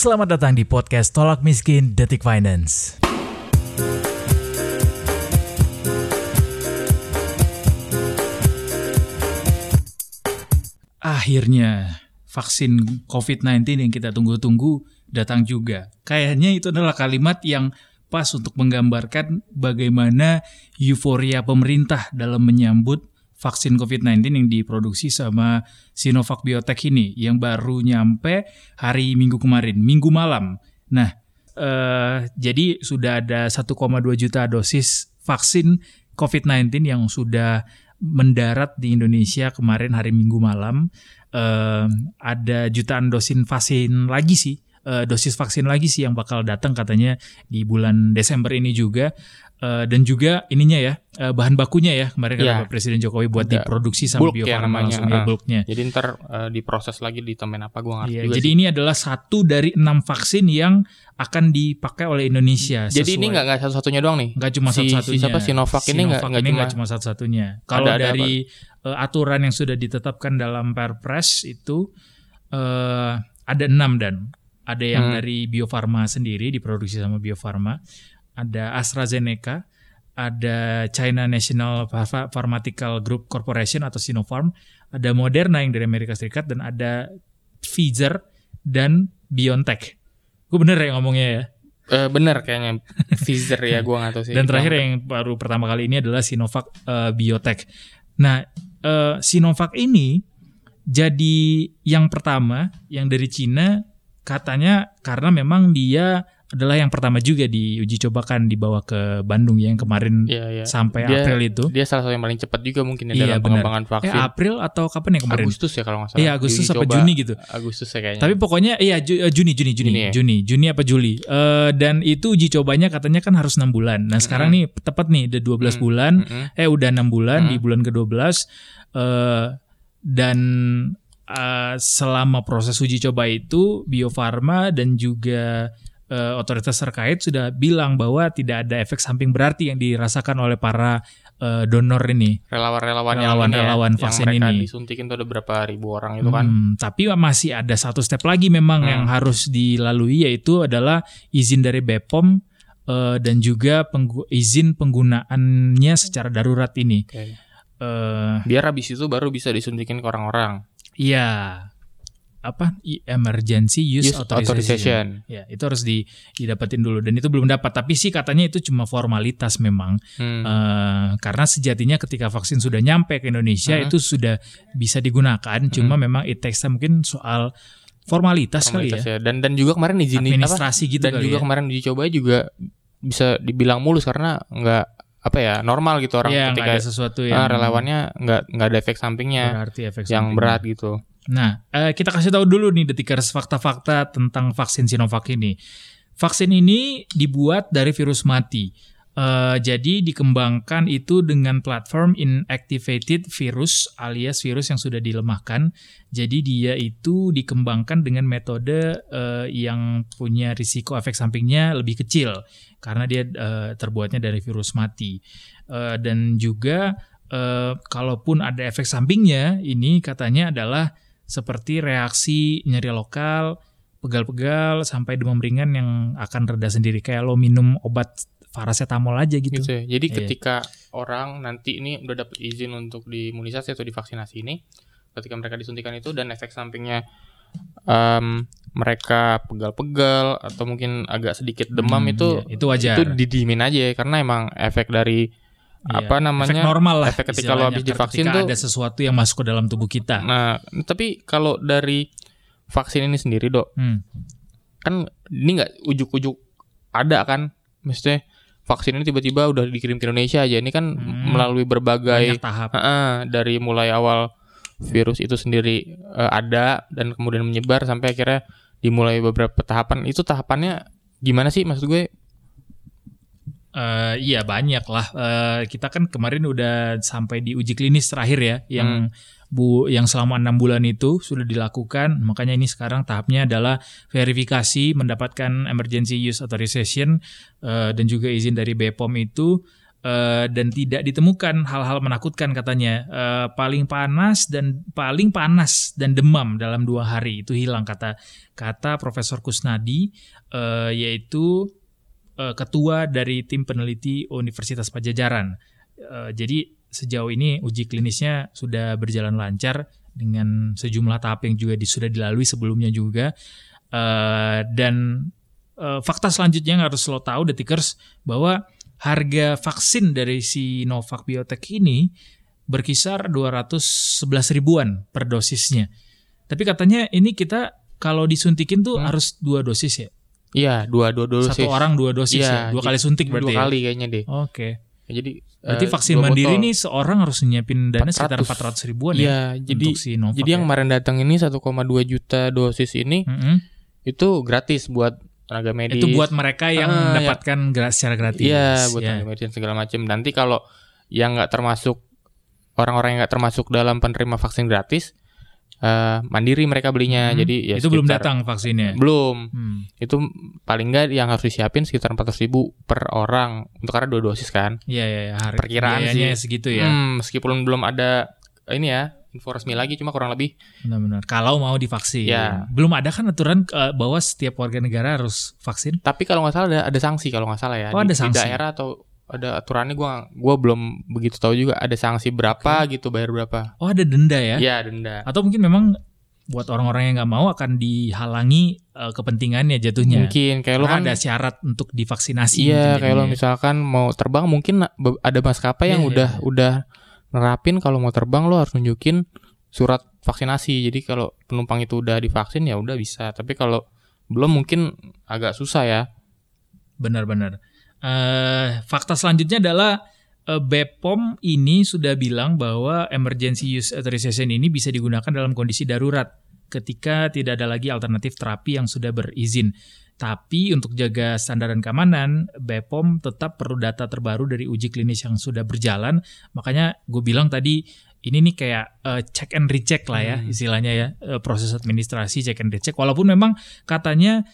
Selamat datang di podcast Tolak Miskin Detik Finance. Akhirnya vaksin COVID-19 yang kita tunggu-tunggu datang juga. Kayaknya itu adalah kalimat yang pas untuk menggambarkan bagaimana euforia pemerintah dalam menyambut vaksin COVID-19 yang diproduksi sama Sinovac Biotech ini yang baru nyampe hari Minggu kemarin, Minggu malam. Nah, jadi sudah ada 1,2 juta dosis vaksin COVID-19 yang sudah mendarat di Indonesia kemarin hari Minggu malam. Ada jutaan dosis vaksin lagi sih yang bakal datang katanya di bulan Desember ini juga. Dan juga ininya ya, bahan bakunya ya kemarin kata Pak Presiden Jokowi buat diproduksi sama Bio Farma langsung ya bulknya. Jadi ntar diproses lagi ditemen apa gue ngerti juga jadi sih. ini adalah 1 dari 6 vaksin yang akan dipakai oleh Indonesia. Jadi ini nggak satu-satunya doang nih? Nggak cuma satu-satunya. Siapa Sinovac ini nggak cuma satu-satunya. Kalau dari aturan yang sudah ditetapkan dalam Perpres itu ada 6 dan ada yang dari Bio Farma sendiri diproduksi sama Bio Farma. Ada AstraZeneca, ada China National Pharmaceutical Group Corporation atau Sinopharm, ada Moderna yang dari Amerika Serikat, dan ada Pfizer dan BioNTech. Gue bener ya ngomongnya ya? Bener kayaknya Pfizer ya, gue nggak tahu sih. Dan terakhir yang baru pertama kali ini adalah Sinovac Biotech. Nah, Sinovac ini jadi yang pertama yang dari Cina katanya karena memang dia adalah yang pertama juga diuji cobakan dibawa ke Bandung ya, yang kemarin sampai April itu. Dia salah satu yang paling cepat juga mungkin dalam pengembangan vaksin. April atau kapan ya kemarin? Agustus ya kalau nggak salah. Iya, Agustus apa Juni gitu. Agustus ya kayaknya. Tapi pokoknya Juni apa Juli. Dan itu uji cobanya katanya kan harus 6 bulan. Nah, sekarang nih tepat nih udah 12 bulan. Udah 6 bulan di bulan ke-12. Dan selama proses uji coba itu Bio Farma dan juga otoritas terkait sudah bilang bahwa tidak ada efek samping berarti yang dirasakan oleh para donor ini, relawan vaksin yang mereka ini. Disuntikin tuh ada berapa ribu orang itu kan. Tapi masih ada satu step lagi memang yang harus dilalui, yaitu adalah izin dari BPOM dan juga izin penggunaannya secara darurat ini. Okay. Biar habis itu baru bisa disuntikin ke orang-orang. Iya. Emergency Use Authorization. Ya, itu harus didapatin dulu, dan itu belum dapat. Tapi sih katanya itu cuma formalitas memang. Karena sejatinya ketika vaksin sudah nyampe ke Indonesia itu sudah bisa digunakan. Cuma memang it takes time, mungkin soal formalitas kali ya. Dan juga kemarin izin administrasi gitu dan kali juga ya. Kemarin uji coba juga bisa dibilang mulus karena nggak normal gitu orang ketika ada sesuatu yang relawannya nggak ada efek sampingnya yang berat gitu. Nah, kita kasih tahu dulu nih Detikers fakta-fakta tentang vaksin Sinovac ini. Vaksin ini dibuat dari virus mati. Jadi dikembangkan itu dengan platform inactivated virus alias virus yang sudah dilemahkan. Jadi dia itu dikembangkan dengan metode yang punya risiko efek sampingnya lebih kecil karena dia terbuatnya dari virus mati. Dan juga kalaupun ada efek sampingnya, ini katanya adalah seperti reaksi nyeri lokal, pegal-pegal, sampai demam ringan yang akan reda sendiri. Kayak lo minum obat paracetamol aja gitu. Ya. Jadi ketika orang nanti ini udah dapat izin untuk diimunisasi atau divaksinasi ini, ketika mereka disuntikan itu dan efek sampingnya mereka pegal-pegal atau mungkin agak sedikit demam itu wajar. Itu didiemin aja karena emang efek dari efek normal lah. Efek ketika lo habis divaksin tuh ada sesuatu yang masuk ke dalam tubuh kita. Nah, tapi kalau dari vaksin ini sendiri, Dok, kan ini nggak ujuk-ujuk ada kan, maksudnya vaksin ini tiba-tiba udah dikirim ke Indonesia aja. Ini kan melalui berbagai tahap. Dari mulai awal virus itu sendiri ada dan kemudian menyebar sampai akhirnya dimulai beberapa tahapan. Itu tahapannya gimana sih, maksud gue? Iya banyak lah. Kita kan kemarin udah sampai di uji klinis terakhir ya, yang selama 6 bulan itu sudah dilakukan. Makanya ini sekarang tahapnya adalah verifikasi, mendapatkan emergency use authorization dan juga izin dari BPOM itu. dan tidak ditemukan hal-hal menakutkan katanya. Paling panas dan demam dalam 2 hari itu hilang kata Profesor Kusnadi, yaitu ketua dari tim peneliti Universitas Padjadjaran. Jadi sejauh ini uji klinisnya sudah berjalan lancar dengan sejumlah tahap yang juga sudah dilalui sebelumnya juga. Dan fakta selanjutnya yang harus lo tahu Detikers, bahwa harga vaksin dari Sinovac Biotech ini berkisar 211 ribuan per dosisnya. Tapi katanya ini kita kalau disuntikin tuh harus 2 dosis ya? Iya, 2 dosis. Satu orang 2 dosis ya? 2 kali suntik berarti 2 kali kayaknya deh. Oke. Jadi berarti vaksin mandiri ini seorang harus nyiapin dana sekitar 400 ribuan ya? Jadi, untuk Sinovac. Jadi yang kemarin datang ini 1,2 juta dosis ini itu gratis buat tenaga medis. Itu buat mereka yang mendapatkan secara gratis. Iya, buat tenaga medis segala macam. Nanti kalau yang nggak termasuk orang-orang yang nggak termasuk dalam penerima vaksin gratis, mandiri mereka belinya. Jadi ya itu belum datang vaksinnya. Belum. Itu paling nggak yang harus disiapin sekitar 400 ribu per orang untuk karena 2 dosis kan. Iya. Perkiraan sih segitu ya. Meskipun belum ada ini ya info resmi lagi, cuma kurang lebih. Benar-benar. Kalau mau divaksin. Ya. Belum ada kan aturan bahwa setiap warga negara harus vaksin? Tapi kalau nggak salah ada sanksi kalau nggak salah ya. Ada sanksi. Di daerah atau ada aturannya, gue belum begitu tahu juga. Ada sanksi berapa gitu, bayar berapa. Oh, ada denda ya? Iya, denda. Atau mungkin memang buat orang-orang yang nggak mau akan dihalangi kepentingannya jatuhnya. Mungkin kayak lo kan ada syarat untuk divaksinasi. Iya, kayak lo misalkan mau terbang, mungkin ada maskapai yang udah nerapin kalau mau terbang lo harus nunjukin surat vaksinasi. Jadi kalau penumpang itu udah divaksin ya udah bisa. Tapi kalau belum mungkin agak susah ya. Benar-benar. Fakta selanjutnya adalah BPOM ini sudah bilang bahwa emergency use authorization ini bisa digunakan dalam kondisi darurat ketika tidak ada lagi alternatif terapi yang sudah berizin. Tapi untuk jaga standar dan keamanan, BPOM tetap perlu data terbaru dari uji klinis yang sudah berjalan. Makanya gue bilang tadi, ini nih kayak check and recheck lah ya istilahnya ya, proses administrasi check and recheck. Walaupun memang katanya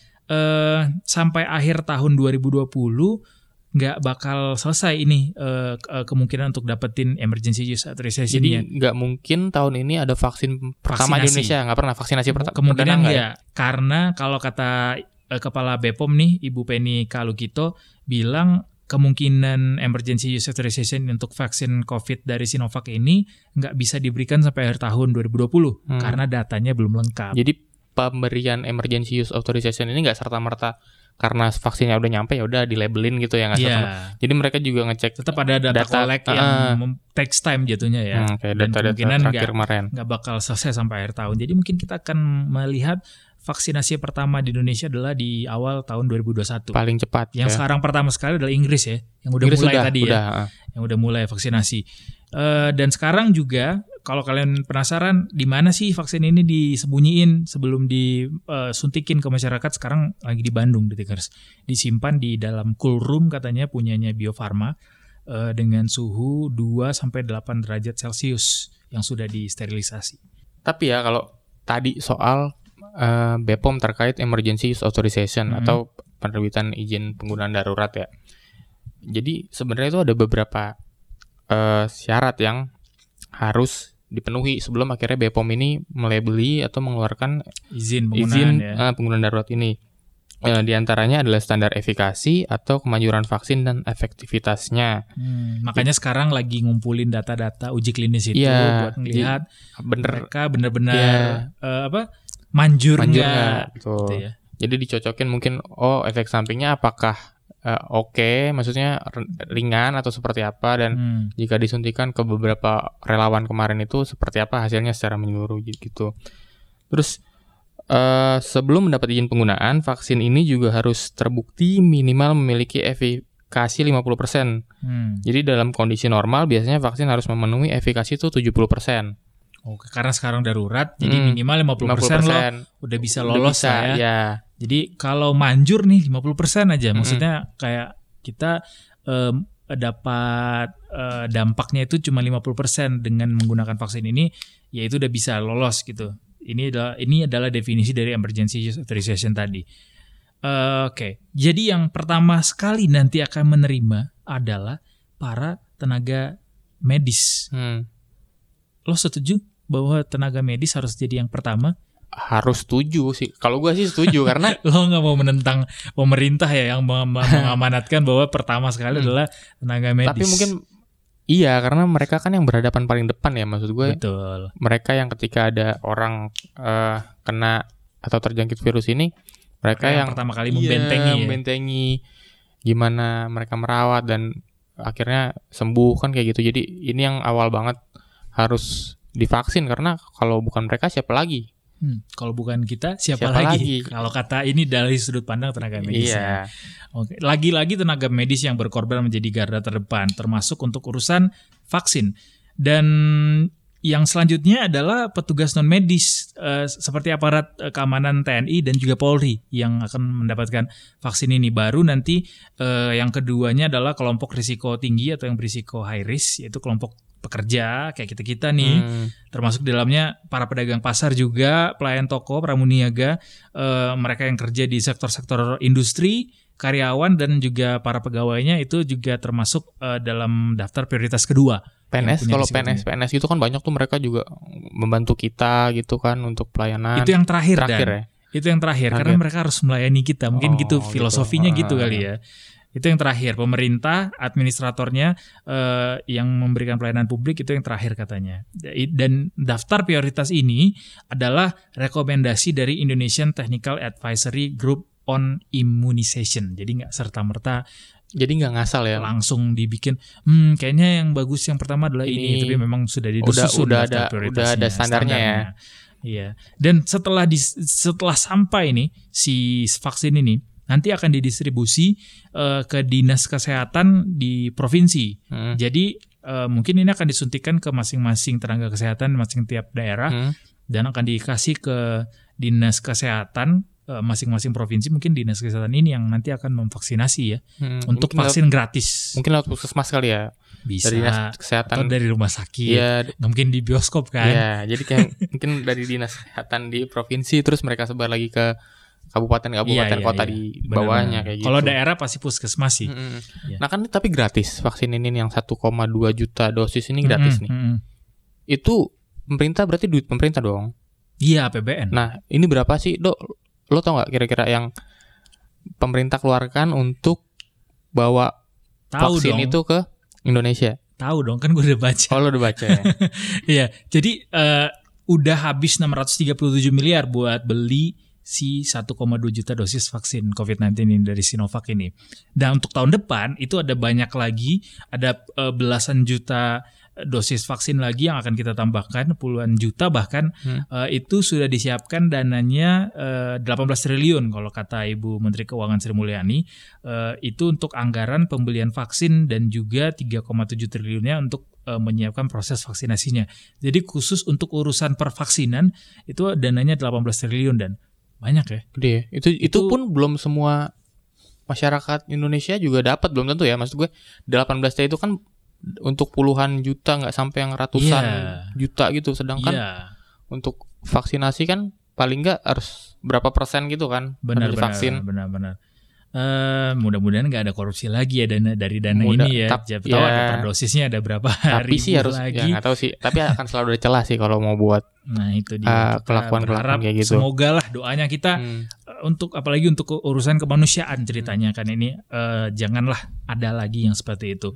sampai akhir tahun 2020 nggak bakal selesai ini kemungkinan untuk dapetin emergency use authorization. Jadi nggak mungkin tahun ini ada vaksin pertama di Indonesia, nggak pernah vaksinasi pertama. Kemungkinan ya, karena kalau kata Kepala BPOM nih, Ibu Penny Kalukito bilang kemungkinan emergency use authorization untuk vaksin COVID dari Sinovac ini nggak bisa diberikan sampai akhir tahun 2020 karena datanya belum lengkap. Jadi pemberian emergency use authorization ini nggak serta-merta karena vaksinnya udah nyampe ya udah dilabelin gitu ya nggak serta. Jadi mereka juga ngecek. Tetap ada data collect yang takes time jatuhnya ya. Dan kemungkinan nggak bakal selesai sampai akhir tahun. Jadi mungkin kita akan melihat vaksinasi pertama di Indonesia adalah di awal tahun 2021. Paling cepat. Yang sekarang pertama sekali adalah Inggris ya, yang udah mulai tadi ya, yang udah mulai vaksinasi. Dan sekarang juga kalau kalian penasaran di mana sih vaksin ini disembunyiin sebelum disuntikin ke masyarakat, sekarang lagi di Bandung, Detikers. Disimpan di dalam cool room katanya punyanya Bio Farma dengan suhu 2-8 derajat Celcius yang sudah disterilisasi. Tapi ya kalau tadi soal BPOM terkait emergency use authorization atau penerbitan izin penggunaan darurat ya. Jadi sebenarnya itu ada beberapa syarat yang harus dipenuhi sebelum akhirnya BPOM ini melabeli atau mengeluarkan izin penggunaan darurat ini. Di antaranya adalah standar efikasi atau kemanjuran vaksin dan efektivitasnya. Makanya sekarang lagi ngumpulin data-data uji klinis itu buat melihat mereka benar-benar manjur nggak gitu ya. Jadi dicocokin mungkin efek sampingnya apakah oke, maksudnya ringan atau seperti apa, dan jika disuntikan ke beberapa relawan kemarin itu seperti apa hasilnya secara menyeluruh gitu. Terus sebelum mendapat izin penggunaan, vaksin ini juga harus terbukti minimal memiliki efikasi 50%. Jadi dalam kondisi normal biasanya vaksin harus memenuhi efikasi itu 70%. Oke, karena sekarang darurat, jadi minimal 50% lo udah bisa lolos ya. Jadi kalau manjur nih 50% aja, maksudnya kayak kita dapat dampaknya itu cuma 50% dengan menggunakan vaksin ini, ya itu udah bisa lolos gitu. Ini adalah definisi dari emergency use authorization tadi. Oke, jadi yang pertama sekali nanti akan menerima adalah para tenaga medis. Lo setuju bahwa tenaga medis harus jadi yang pertama? Harus setuju sih. Kalau gue sih setuju karena lo nggak mau menentang pemerintah ya yang mengamanatkan bahwa pertama sekali adalah tenaga medis. Tapi mungkin iya, karena mereka kan yang berhadapan paling depan ya, maksud gue. Betul. Mereka yang ketika ada orang kena atau terjangkit virus ini, mereka yang pertama kali membentengi gimana mereka merawat dan akhirnya sembuh kan kayak gitu. Jadi ini yang awal banget harus divaksin, karena kalau bukan mereka siapa lagi? Kalau bukan kita siapa lagi? Kalau kata ini dari sudut pandang tenaga medis. Iya. Oke. Lagi-lagi tenaga medis yang berkorban menjadi garda terdepan, termasuk untuk urusan vaksin. Dan yang selanjutnya adalah petugas non medis seperti aparat keamanan TNI dan juga Polri yang akan mendapatkan vaksin ini. Baru nanti yang keduanya adalah kelompok risiko tinggi atau yang berisiko high risk, yaitu kelompok pekerja kayak kita nih, termasuk di dalamnya para pedagang pasar juga, pelayan toko, pramuniaga, mereka yang kerja di sektor-sektor industri, karyawan dan juga para pegawainya itu juga termasuk dalam daftar prioritas kedua. PNS, kalau PNS itu kan banyak tuh, mereka juga membantu kita gitu kan untuk pelayanan. Itu yang terakhir ya? Itu yang terakhir karena mereka harus melayani kita. Mungkin gitu filosofinya gitu kali ya. Itu yang terakhir, pemerintah, administratornya yang memberikan pelayanan publik itu yang terakhir katanya. Dan daftar prioritas ini adalah rekomendasi dari Indonesian Technical Advisory Group on Immunization. Jadi nggak serta-merta, jadi nggak ngasal ya, langsung dibikin. Kayaknya yang bagus yang pertama adalah ini, tapi memang sudah disusun udah ada standarnya ya. Iya. Dan setelah sampai nih si vaksin ini, nanti akan didistribusi ke dinas kesehatan di provinsi. Jadi mungkin ini akan disuntikan ke masing-masing tenaga kesehatan masing tiap daerah dan akan dikasih ke dinas kesehatan masing-masing provinsi. Mungkin dinas kesehatan ini yang nanti akan memvaksinasi ya untuk vaksin gratis. Mungkin lewat puskesmas kali ya. Bisa. Dari dinas kesehatan atau dari rumah sakit. Ya, mungkin di bioskop kan. Iya, jadi kayak mungkin dari dinas kesehatan di provinsi terus mereka sebar lagi ke kabupaten kota di bawahnya. Kayak gitu. Kalau daerah pasti puskesmas sih. Nah kan tapi gratis vaksin ini yang 1,2 juta dosis ini gratis nih. Itu pemerintah, berarti duit pemerintah dong. Iya, APBN. Nah ini berapa sih Dok? Lo tau nggak kira-kira yang pemerintah keluarkan untuk bawa vaksin itu ke Indonesia? Tahu dong, kan gue udah baca. Oh, lo udah baca ya? Iya, jadi udah habis 637 miliar buat beli si 1,2 juta dosis vaksin COVID-19 ini dari Sinovac ini. Dan untuk tahun depan itu ada banyak lagi, ada belasan juta dosis vaksin lagi yang akan kita tambahkan, puluhan juta bahkan. Itu sudah disiapkan dananya 18 triliun kalau kata Ibu Menteri Keuangan Sri Mulyani. Itu untuk anggaran pembelian vaksin dan juga 3,7 triliunnya untuk menyiapkan proses vaksinasinya. Jadi khusus untuk urusan pervaksinan itu dananya 18 triliun dan banyak ya. Gede ya. Itu pun belum semua masyarakat Indonesia juga dapat, belum tentu ya. Maksud gue 18T itu kan untuk puluhan juta, nggak sampai yang ratusan juta gitu. Sedangkan untuk vaksinasi kan paling nggak harus berapa persen gitu kan. Benar. Mudah-mudahan nggak ada korupsi lagi ya dari dana ini ya. Tahu ada per dosisnya ada berapa tapi sih harus lagi. Ya nggak tahu sih. Tapi akan selalu ada celah sih kalau mau buat. Nah itu dia. Kelakuan kayak gitu. Semoga lah doanya kita untuk apalagi untuk urusan kemanusiaan ceritanya kan ini janganlah ada lagi yang seperti itu.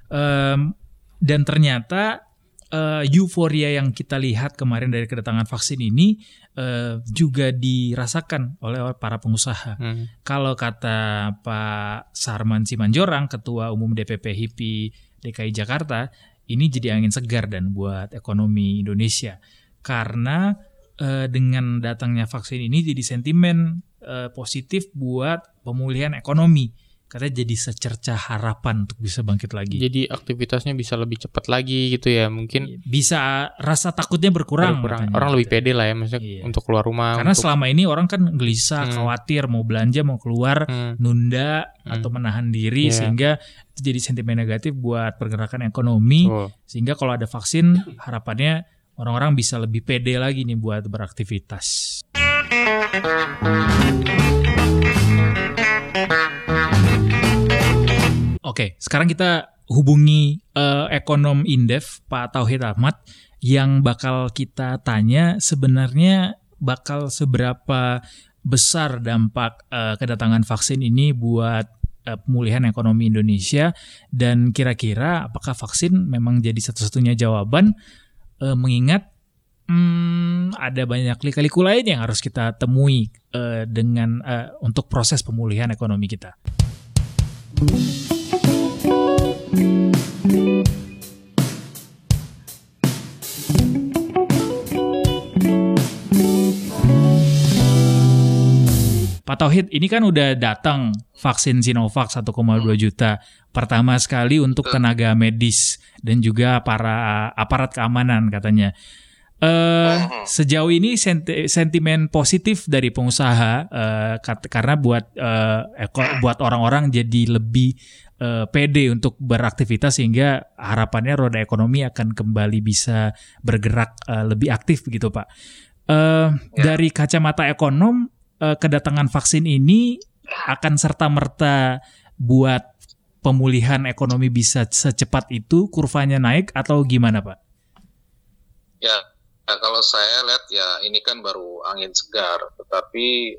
Dan ternyata euforia yang kita lihat kemarin dari kedatangan vaksin ini juga dirasakan oleh para pengusaha. Kalau kata Pak Sarman Simanjorang, Ketua Umum DPP HIPI DKI Jakarta, ini jadi angin segar dan buat ekonomi Indonesia. Karena dengan datangnya vaksin ini jadi sentimen positif buat pemulihan ekonomi. Katanya jadi secercah harapan untuk bisa bangkit lagi. Jadi aktivitasnya bisa lebih cepat lagi gitu ya, mungkin bisa rasa takutnya berkurang. Orang lebih pede lah ya, maksudnya untuk keluar rumah. Karena selama ini orang kan gelisah, khawatir mau belanja, mau keluar, nunda atau menahan diri, sehingga itu jadi sentimen negatif buat pergerakan ekonomi. Sehingga kalau ada vaksin, harapannya orang-orang bisa lebih pede lagi nih buat beraktivitas. Oke, sekarang kita hubungi ekonom Indef Pak Tauhid Ahmad yang bakal kita tanya sebenarnya bakal seberapa besar dampak kedatangan vaksin ini buat pemulihan ekonomi Indonesia, dan kira-kira apakah vaksin memang jadi satu-satunya jawaban mengingat ada banyak lika-liku lain yang harus kita temui dengan untuk proses pemulihan ekonomi kita. Pak Tauhid, ini kan udah datang vaksin Sinovac 1,2 juta. Pertama sekali untuk tenaga medis dan juga para aparat keamanan katanya. Sejauh ini sentimen positif dari pengusaha karena buat orang-orang jadi lebih pede untuk beraktivitas sehingga harapannya roda ekonomi akan kembali bisa bergerak lebih aktif begitu Pak. Dari kacamata ekonom, kedatangan vaksin ini akan serta-merta buat pemulihan ekonomi bisa secepat itu, kurvanya naik atau gimana Pak? Ya, kalau saya lihat ya ini kan baru angin segar, tetapi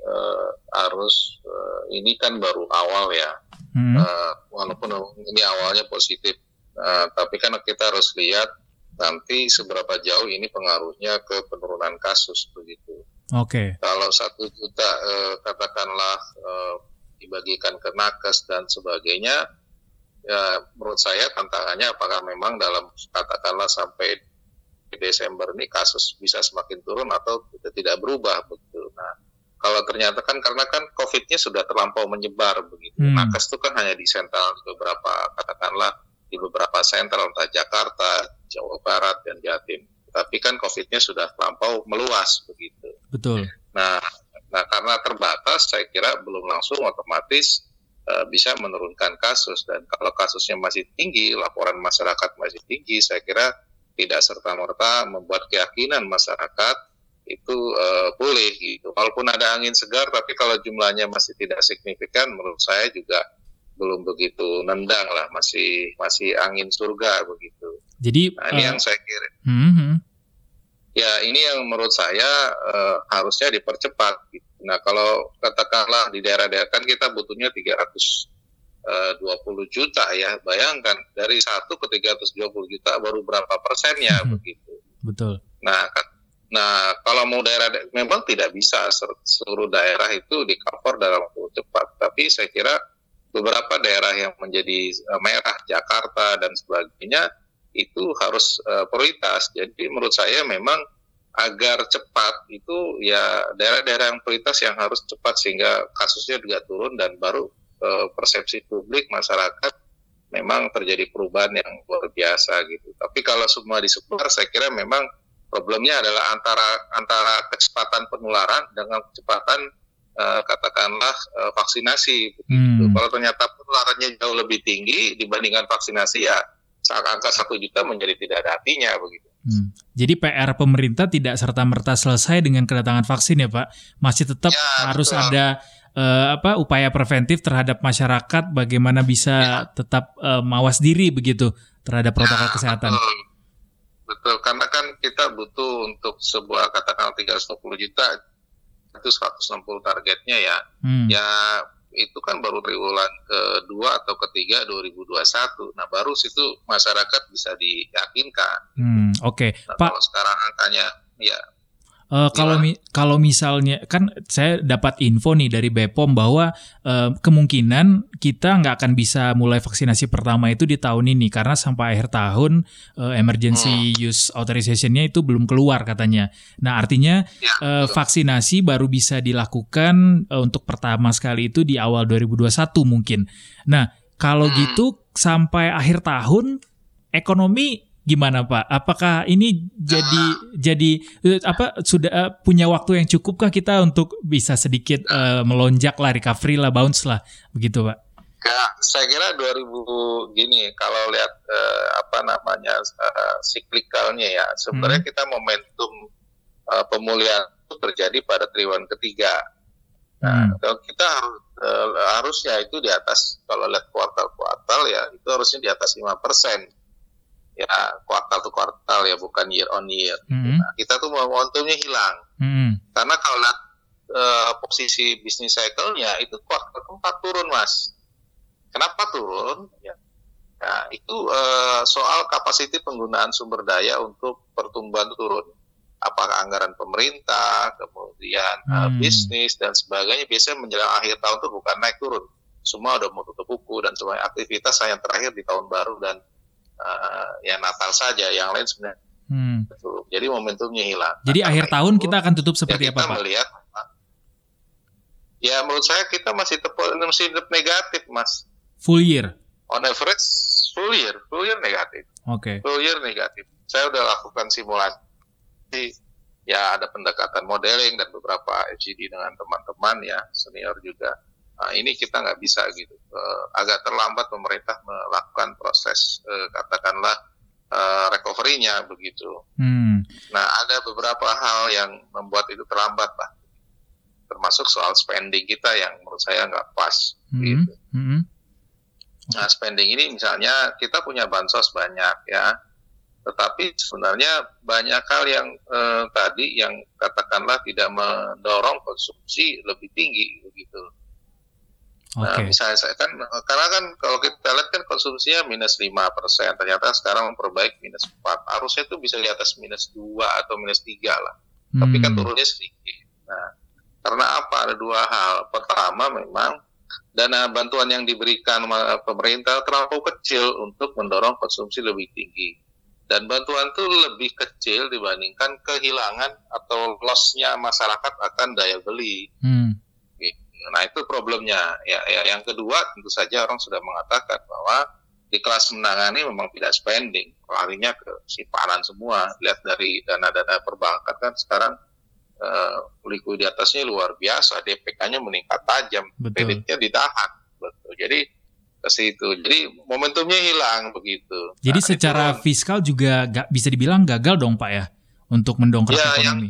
ini kan baru awal ya, walaupun ini awalnya positif, tapi kan kita harus lihat nanti seberapa jauh ini pengaruhnya ke penurunan kasus begitu. Oke. Kalau 1 juta katakanlah dibagikan ke nakes dan sebagainya, ya menurut saya tantangannya apakah memang dalam katakanlah sampai Desember ini kasus bisa semakin turun atau tidak berubah begitu. Nah, kalau ternyata kan karena kan COVID-nya sudah terlampau menyebar begitu. Nakes itu kan hanya di sentral di beberapa katakanlah di beberapa sentral entah Jakarta, Jawa Barat dan Jatim. Tapi kan COVID-nya sudah terlampau meluas begitu. Betul. Nah karena terbatas, saya kira belum langsung otomatis bisa menurunkan kasus. Dan kalau kasusnya masih tinggi, laporan masyarakat masih tinggi, saya kira tidak serta-merta membuat keyakinan masyarakat itu pulih gitu. Walaupun ada angin segar, tapi kalau jumlahnya masih tidak signifikan, menurut saya juga belum begitu nendang lah, masih angin surga begitu. Jadi ini yang saya kira. Ya ini yang menurut saya harusnya dipercepat. Gitu. Nah kalau katakanlah di daerah-daerah kan kita butuhnya 320 juta ya, bayangkan dari 1 ke 320 juta baru berapa persennya begitu. Betul. Nah kalau mau daerah memang tidak bisa seluruh daerah itu di-cover dalam waktu cepat, tapi saya kira beberapa daerah yang menjadi merah, Jakarta dan sebagainya, itu harus prioritas. Jadi menurut saya memang agar cepat itu ya daerah-daerah yang prioritas yang harus cepat sehingga kasusnya juga turun dan baru persepsi publik masyarakat memang terjadi perubahan yang luar biasa gitu. Tapi kalau semua disebar, saya kira memang problemnya adalah antara kecepatan penularan dengan kecepatan katakanlah vaksinasi begitu. Kalau ternyata penularannya jauh lebih tinggi dibandingkan vaksinasi, ya angka 1 juta menjadi tidak ada artinya begitu. Jadi PR pemerintah tidak serta-merta selesai dengan kedatangan vaksin ya Pak. Masih tetap harus betul. Ada upaya preventif terhadap masyarakat, bagaimana bisa tetap mawas diri begitu terhadap protokol kesehatan. Betul, karena kan kita butuh untuk sebuah katakanlah 320 juta itu 160 targetnya ya. Ya itu kan baru triwulan kedua atau ketiga 2021. Nah baru situ masyarakat bisa diyakinkan. Oke. Nah, Pak, kalau sekarang angkanya ya. Kalau misalnya kan saya dapat info nih dari BPOM bahwa kemungkinan kita nggak akan bisa mulai vaksinasi pertama itu di tahun ini karena sampai akhir tahun emergency use authorization-nya itu belum keluar katanya. Nah artinya vaksinasi baru bisa dilakukan untuk pertama sekali itu di awal 2021 mungkin. Nah kalau gitu sampai akhir tahun ekonomi gimana Pak? Apakah ini jadi sudah punya waktu yang cukupkah kita untuk bisa sedikit melonjak lah, recovery lah, bounce lah, begitu Pak? Saya kira 2000 gini, kalau lihat siklikalnya ya, sebenarnya kita momentum pemulihan itu terjadi pada triwulan ketiga. Nah, kalau kita harusnya itu di atas, kalau lihat kuartal ya, itu harusnya di atas 5%. Ya, kuartal to kuartal ya, bukan year on year. Nah, kita tuh momentumnya hilang. Karena kalau lihat posisi bisnis cycle-nya, itu kuartal keempat turun, Mas. Kenapa turun? Ya, itu soal kapasiti penggunaan sumber daya untuk pertumbuhan turun. Apakah anggaran pemerintah, kemudian bisnis dan sebagainya, biasanya menjelang akhir tahun tuh bukan naik turun. Semua udah mau tutup buku dan semua aktivitas hanya terakhir di tahun baru dan ya Natal saja, yang lain sebenarnya. Jadi momentumnya hilang. Jadi akhir tahun kita akan tutup seperti apa, Pak? Melihat, ya menurut saya kita masih tetap negatif, Mas. Full year? On average, full year negatif. Oke. Full year negatif. Saya udah lakukan simulasi. Ya ada pendekatan modeling dan beberapa FGD dengan teman-teman ya, senior juga. Nah, ini kita nggak bisa gitu. Agak terlambat pemerintah melakukan proses katakanlah recovery-nya begitu. Nah, ada beberapa hal yang membuat itu terlambat, Pak. Termasuk soal spending kita yang menurut saya nggak pas. Gitu. Nah, spending ini misalnya kita punya bansos banyak ya, tetapi sebenarnya banyak hal yang tadi yang katakanlah tidak mendorong konsumsi lebih tinggi begitu. Nah, misalnya saya kan, karena kan kalau kita lihat kan konsumsinya minus 5%, ternyata sekarang memperbaik minus 4. Harusnya itu bisa di atas minus 2 atau minus 3 lah. Tapi kan turunnya sedikit. Nah, karena apa? Ada dua hal. Pertama memang dana bantuan yang diberikan pemerintah terlalu kecil untuk mendorong konsumsi lebih tinggi. Dan bantuan itu lebih kecil dibandingkan kehilangan atau loss-nya masyarakat akan daya beli. Nah, itu problemnya. Ya, yang kedua tentu saja orang sudah mengatakan bahwa di kelas menengah ini memang tidak spending, larinya ke simpanan semua. Lihat dari dana-dana perbankan kan sekarang likuiditasnya luar biasa, DPK-nya meningkat tajam, kreditnya ditahan. Betul. Jadi ke situ. Jadi momentumnya hilang begitu. Jadi secara fiskal juga bisa dibilang gagal dong, Pak ya, untuk mendongkrak ekonomi.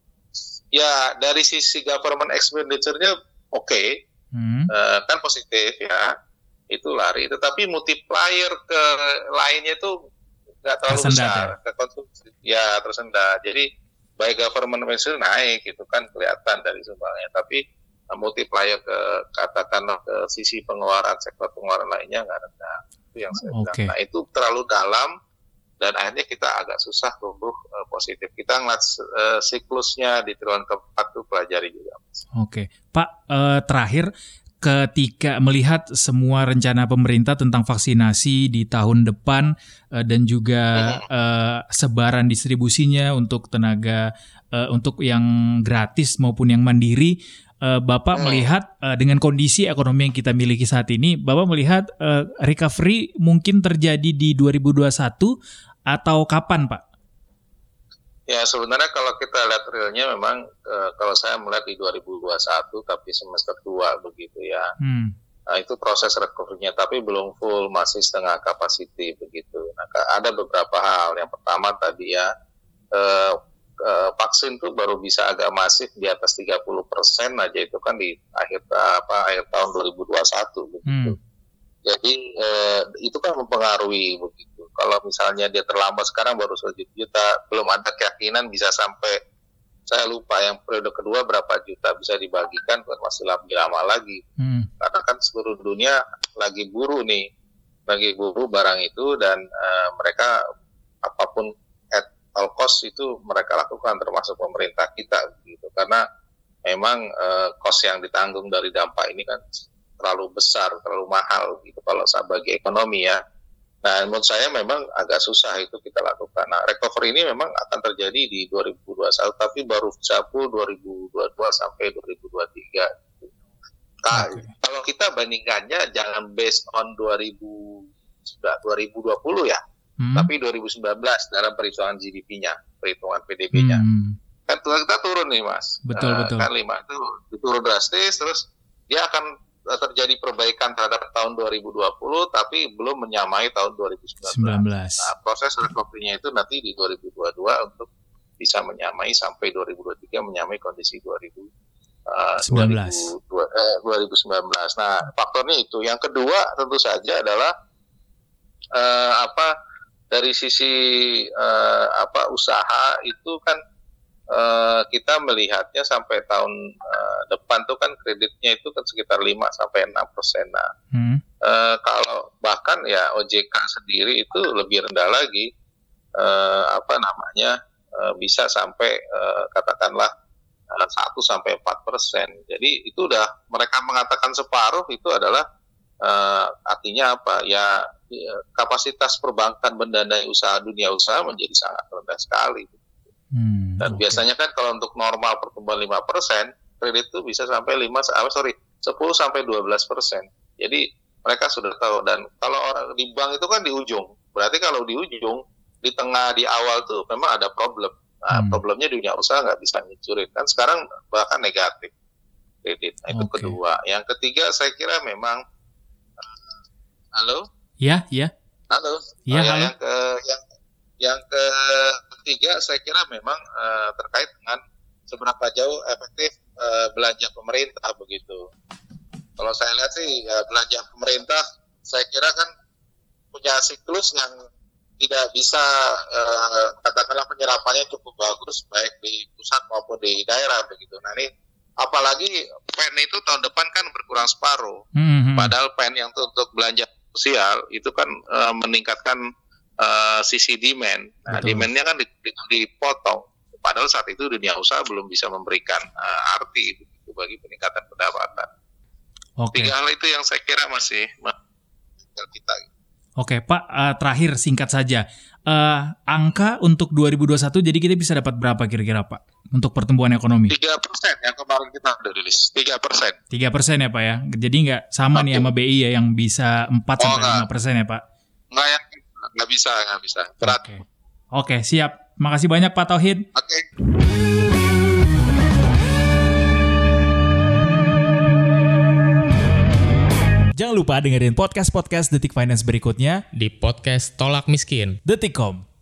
Ya, dari sisi government expenditure-nya oke. Kan positif ya. Itu lari, tetapi multiplier ke lainnya itu nggak terlalu besar. Ke konsumsi. Ya, tersendat. Jadi baik government expenditure naik, itu kan kelihatan dari sumbangnya. Tapi multiplier ke katakanlah ke sisi pengeluaran, sektor pengeluaran lainnya nggak rendah. Itu yang saya bilang. Nah, itu terlalu dalam dan akhirnya kita agak susah tumbuh positif. Kita ngeliat siklusnya di triwulan keempat itu pelajari juga. Oke, Pak, terakhir ketika melihat semua rencana pemerintah tentang vaksinasi di tahun depan dan juga sebaran distribusinya untuk tenaga untuk yang gratis maupun yang mandiri, Bapak melihat dengan kondisi ekonomi yang kita miliki saat ini, Bapak melihat recovery mungkin terjadi di 2021 atau kapan, Pak? Ya, sebenarnya kalau kita lihat realnya memang kalau saya melihat di 2021 tapi semester 2 begitu ya. Nah, itu proses recovery-nya tapi belum full, masih setengah capacity begitu. Nah, ada beberapa hal. Yang pertama tadi ya vaksin tuh baru bisa agak masif di atas 30% aja, itu kan di akhir tahun 2021 begitu. Jadi itu kan mempengaruhi begitu. Kalau misalnya dia terlambat sekarang baru 1 juta, belum ada keyakinan bisa sampai, saya lupa yang periode kedua berapa juta bisa dibagikan, masih lebih lama lagi. Karena kan seluruh dunia lagi buru barang itu dan mereka apapun at all cost itu mereka lakukan, termasuk pemerintah kita gitu. Karena memang cost yang ditanggung dari dampak ini kan terlalu besar, terlalu mahal gitu kalau bagi ekonomi ya. Nah, menurut saya memang agak susah itu kita lakukan. Nah, recovery ini memang akan terjadi di 2021, tapi baru bisa full 2022 sampai 2023. Kalau kita bandingkannya jangan based on 2020 ya, tapi 2019 dalam perhitungan GDP-nya, perhitungan PDB-nya. Kan kita turun nih, Mas. Betul. Kan 5 itu turun drastis, terus dia akan terjadi perbaikan terhadap tahun 2020 tapi belum menyamai tahun 2019. Nah, proses recovery-nya itu nanti di 2022 untuk bisa menyamai sampai 2023 menyamai kondisi 2019. 2019. Nah, faktornya itu. Yang kedua tentu saja adalah dari sisi usaha itu kan kita melihatnya sampai tahun depan tuh kan kreditnya itu kan sekitar 5-6%. Nah, kalau bahkan ya OJK sendiri itu lebih rendah lagi, bisa sampai katakanlah 1-4%. Jadi itu udah mereka mengatakan separuh itu adalah artinya apa? Ya kapasitas perbankan mendanai usaha dunia usaha menjadi sangat rendah sekali. Dan biasanya kan kalau untuk normal pertumbuhan 5%, kredit itu bisa sampai 10-12%. Jadi mereka sudah tahu. Dan kalau orang di bank itu kan di ujung. Berarti kalau di ujung, di tengah, di awal tuh memang ada problem. Nah, problemnya dunia usaha nggak bisa ngicurin. Kan sekarang bahkan negatif kredit. Nah, itu kedua. Yang ketiga saya kira memang halo? Ya. Halo. Ya, halo. Yang ketiga saya kira memang terkait dengan seberapa jauh efektif belanja pemerintah begitu. Kalau saya lihat sih belanja pemerintah saya kira kan punya siklus yang tidak bisa katakanlah penyerapannya cukup bagus baik di pusat maupun di daerah begitu. Nah ini apalagi PEN itu tahun depan kan berkurang separuh. Padahal PEN yang untuk belanja sosial itu kan meningkatkan sisi demand. Nah, demand-nya kan dipotong. Padahal saat itu dunia usaha belum bisa memberikan arti begitu bagi peningkatan pendapatan. Tiga hal itu yang saya kira masih kita. Oke, Pak, terakhir singkat saja. Angka untuk 2021 jadi kita bisa dapat berapa kira-kira, Pak? Untuk pertumbuhan ekonomi? 3% yang kemarin kita udah rilis. 3%. 3% ya, Pak ya? Jadi nggak sama nih sama BI ya yang bisa 4-5% ya, Pak? Nggak bisa. Berat. Oke, siap. Makasih banyak, Pak Tauhid. Oke. Jangan lupa dengerin podcast-podcast Detik Finance berikutnya di podcast Tolak Miskin. Detikcom.